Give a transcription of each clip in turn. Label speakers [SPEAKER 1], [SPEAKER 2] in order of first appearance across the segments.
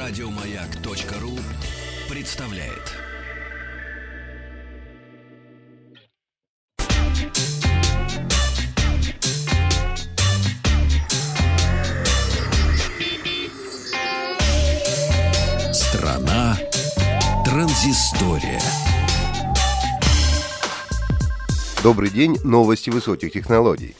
[SPEAKER 1] Радиомаяк.ру представляет. Страна транзистория.
[SPEAKER 2] Добрый день, новости высоких технологий.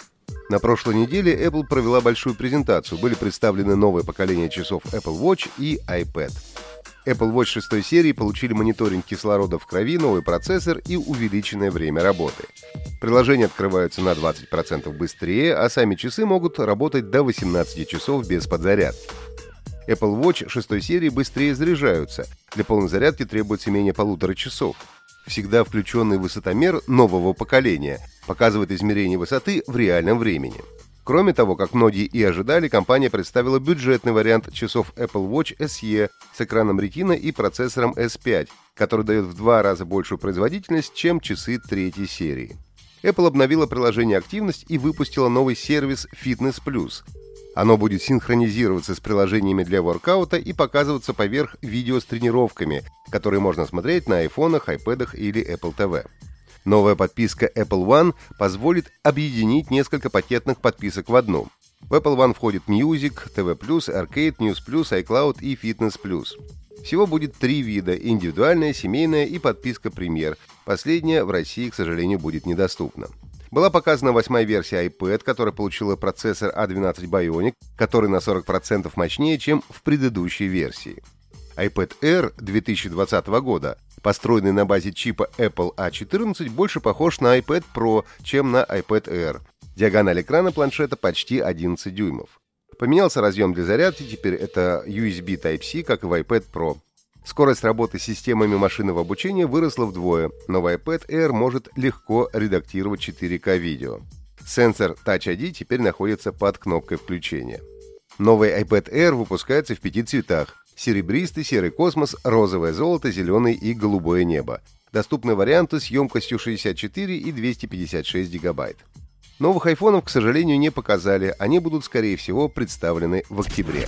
[SPEAKER 2] На прошлой неделе Apple провела большую презентацию. Были представлены новое поколение часов Apple Watch и iPad. Apple Watch 6 серии получили мониторинг кислорода в крови, новый процессор и увеличенное время работы. Приложения открываются на 20% быстрее, а сами часы могут работать до 18 часов без подзарядки. Apple Watch 6 серии быстрее заряжаются. Для полной зарядки требуется менее 1,5 часов. Всегда включенный высотомер нового поколения показывает измерение высоты в реальном времени. Кроме того, как многие и ожидали, компания представила бюджетный вариант часов Apple Watch SE с экраном Retina и процессором S5, который дает в 2 раза большую производительность, чем часы 3 серии. Apple обновила приложение «Активность» и выпустила новый сервис Fitness Plus. Оно будет синхронизироваться с приложениями для воркаута и показываться поверх видео с тренировками, которые можно смотреть на айфонах, айпэдах или Apple TV. Новая подписка Apple One позволит объединить несколько пакетных подписок в одну. В Apple One входит Music, TV+, Arcade, News+, iCloud и Fitness+. Всего будет 3 вида – индивидуальная, семейная и подписка премьер. Последняя в России, к сожалению, будет недоступна. Была показана 8-я версия iPad, которая получила процессор A12 Bionic, который на 40% мощнее, чем в предыдущей версии. iPad Air 2020 года, построенный на базе чипа Apple A14, больше похож на iPad Pro, чем на iPad Air. Диагональ экрана планшета почти 11 дюймов. Поменялся разъем для зарядки, теперь это USB Type-C, как и в iPad Pro. Скорость работы с системами машинного обучения выросла вдвое. Новый iPad Air может легко редактировать 4К видео. Сенсор Touch ID теперь находится под кнопкой включения. Новый iPad Air выпускается в 5 цветах. Серебристый, серый космос, розовое золото, зеленый и голубое небо. Доступны варианты с емкостью 64 и 256 гигабайт. Новых айфонов, к сожалению, не показали. Они будут, скорее всего, представлены в октябре.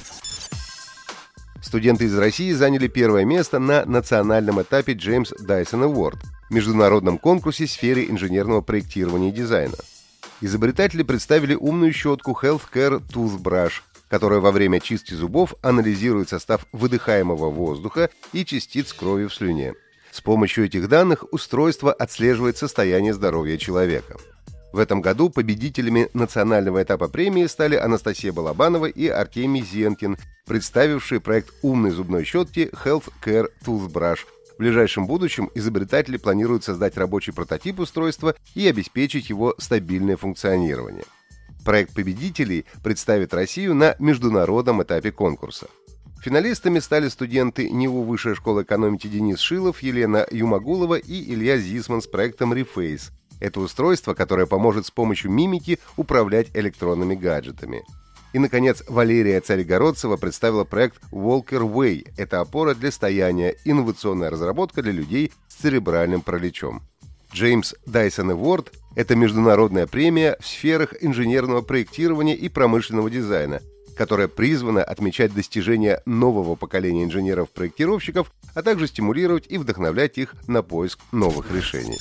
[SPEAKER 2] Студенты из России заняли 1-е место на национальном этапе James Dyson Award, международном конкурсе в сфере инженерного проектирования и дизайна. Изобретатели представили умную щетку Healthcare Toothbrush, которая во время чистки зубов анализирует состав выдыхаемого воздуха и частиц крови в слюне. С помощью этих данных устройство отслеживает состояние здоровья человека. В этом году победителями национального этапа премии стали Анастасия Балабанова и Артемий Зенкин, представившие проект умной зубной щетки Healthcare Toothbrush. В ближайшем будущем изобретатели планируют создать рабочий прототип устройства и обеспечить его стабильное функционирование. Проект победителей представит Россию на международном этапе конкурса. Финалистами стали студенты НИУ Высшей школы экономики Денис Шилов, Елена Юмагулова и Илья Зисман с проектом Reface. Это устройство, которое поможет с помощью мимики управлять электронными гаджетами. И, наконец, Валерия Царегородцева представила проект Walker Way. Это опора для стояния, инновационная разработка для людей с церебральным параличом. James Dyson Award – это международная премия в сферах инженерного проектирования и промышленного дизайна, которая призвана отмечать достижения нового поколения инженеров-проектировщиков, а также стимулировать и вдохновлять их на поиск новых решений.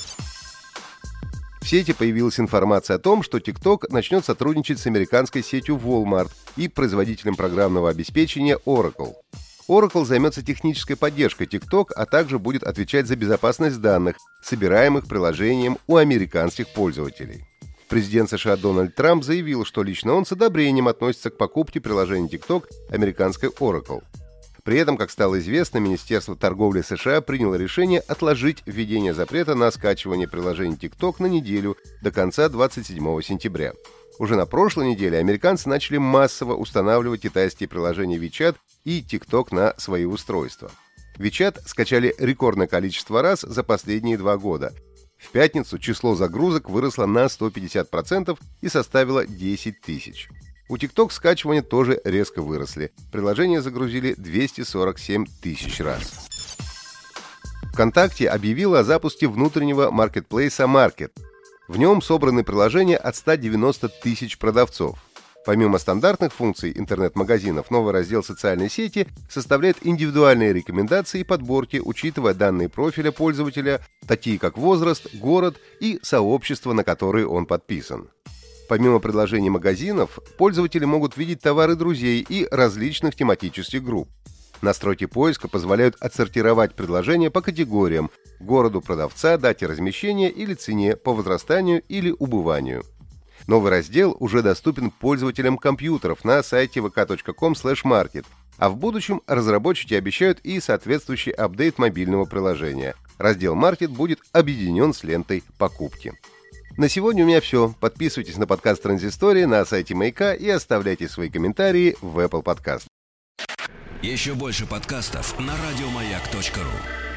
[SPEAKER 2] В сети появилась информация о том, что TikTok начнет сотрудничать с американской сетью Walmart и производителем программного обеспечения Oracle. Oracle займется технической поддержкой TikTok, а также будет отвечать за безопасность данных, собираемых приложением у американских пользователей. Президент США Дональд Трамп заявил, что лично он с одобрением относится к покупке приложения TikTok американской Oracle. При этом, как стало известно, Министерство торговли США приняло решение отложить введение запрета на скачивание приложений TikTok на неделю до конца 27 сентября. Уже на прошлой неделе американцы начали массово устанавливать китайские приложения WeChat и TikTok на свои устройства. WeChat скачали рекордное количество раз за последние 2 года. В пятницу число загрузок выросло на 150% и составило 10 тысяч. У TikTok скачивания тоже резко выросли. Приложение загрузили 247 тысяч раз. ВКонтакте объявила о запуске внутреннего маркетплейса Market. В нем собраны приложения от 190 тысяч продавцов. Помимо стандартных функций интернет-магазинов, новый раздел «Социальные сети» составляет индивидуальные рекомендации и подборки, учитывая данные профиля пользователя, такие как возраст, город и сообщество, на которые он подписан. Помимо предложений магазинов, пользователи могут видеть товары друзей и различных тематических групп. Настройки поиска позволяют отсортировать предложения по категориям: городу продавца, дате размещения или цене, по возрастанию или убыванию. Новый раздел уже доступен пользователям компьютеров на сайте vk.com/market, а в будущем разработчики обещают и соответствующий апдейт мобильного приложения. Раздел Market будет объединен с лентой покупки. На сегодня у меня все. Подписывайтесь на подкаст Транзистория на сайте Маяка и оставляйте свои комментарии в Apple Podcast.
[SPEAKER 1] Еще больше подкастов на радиомаяк.ру.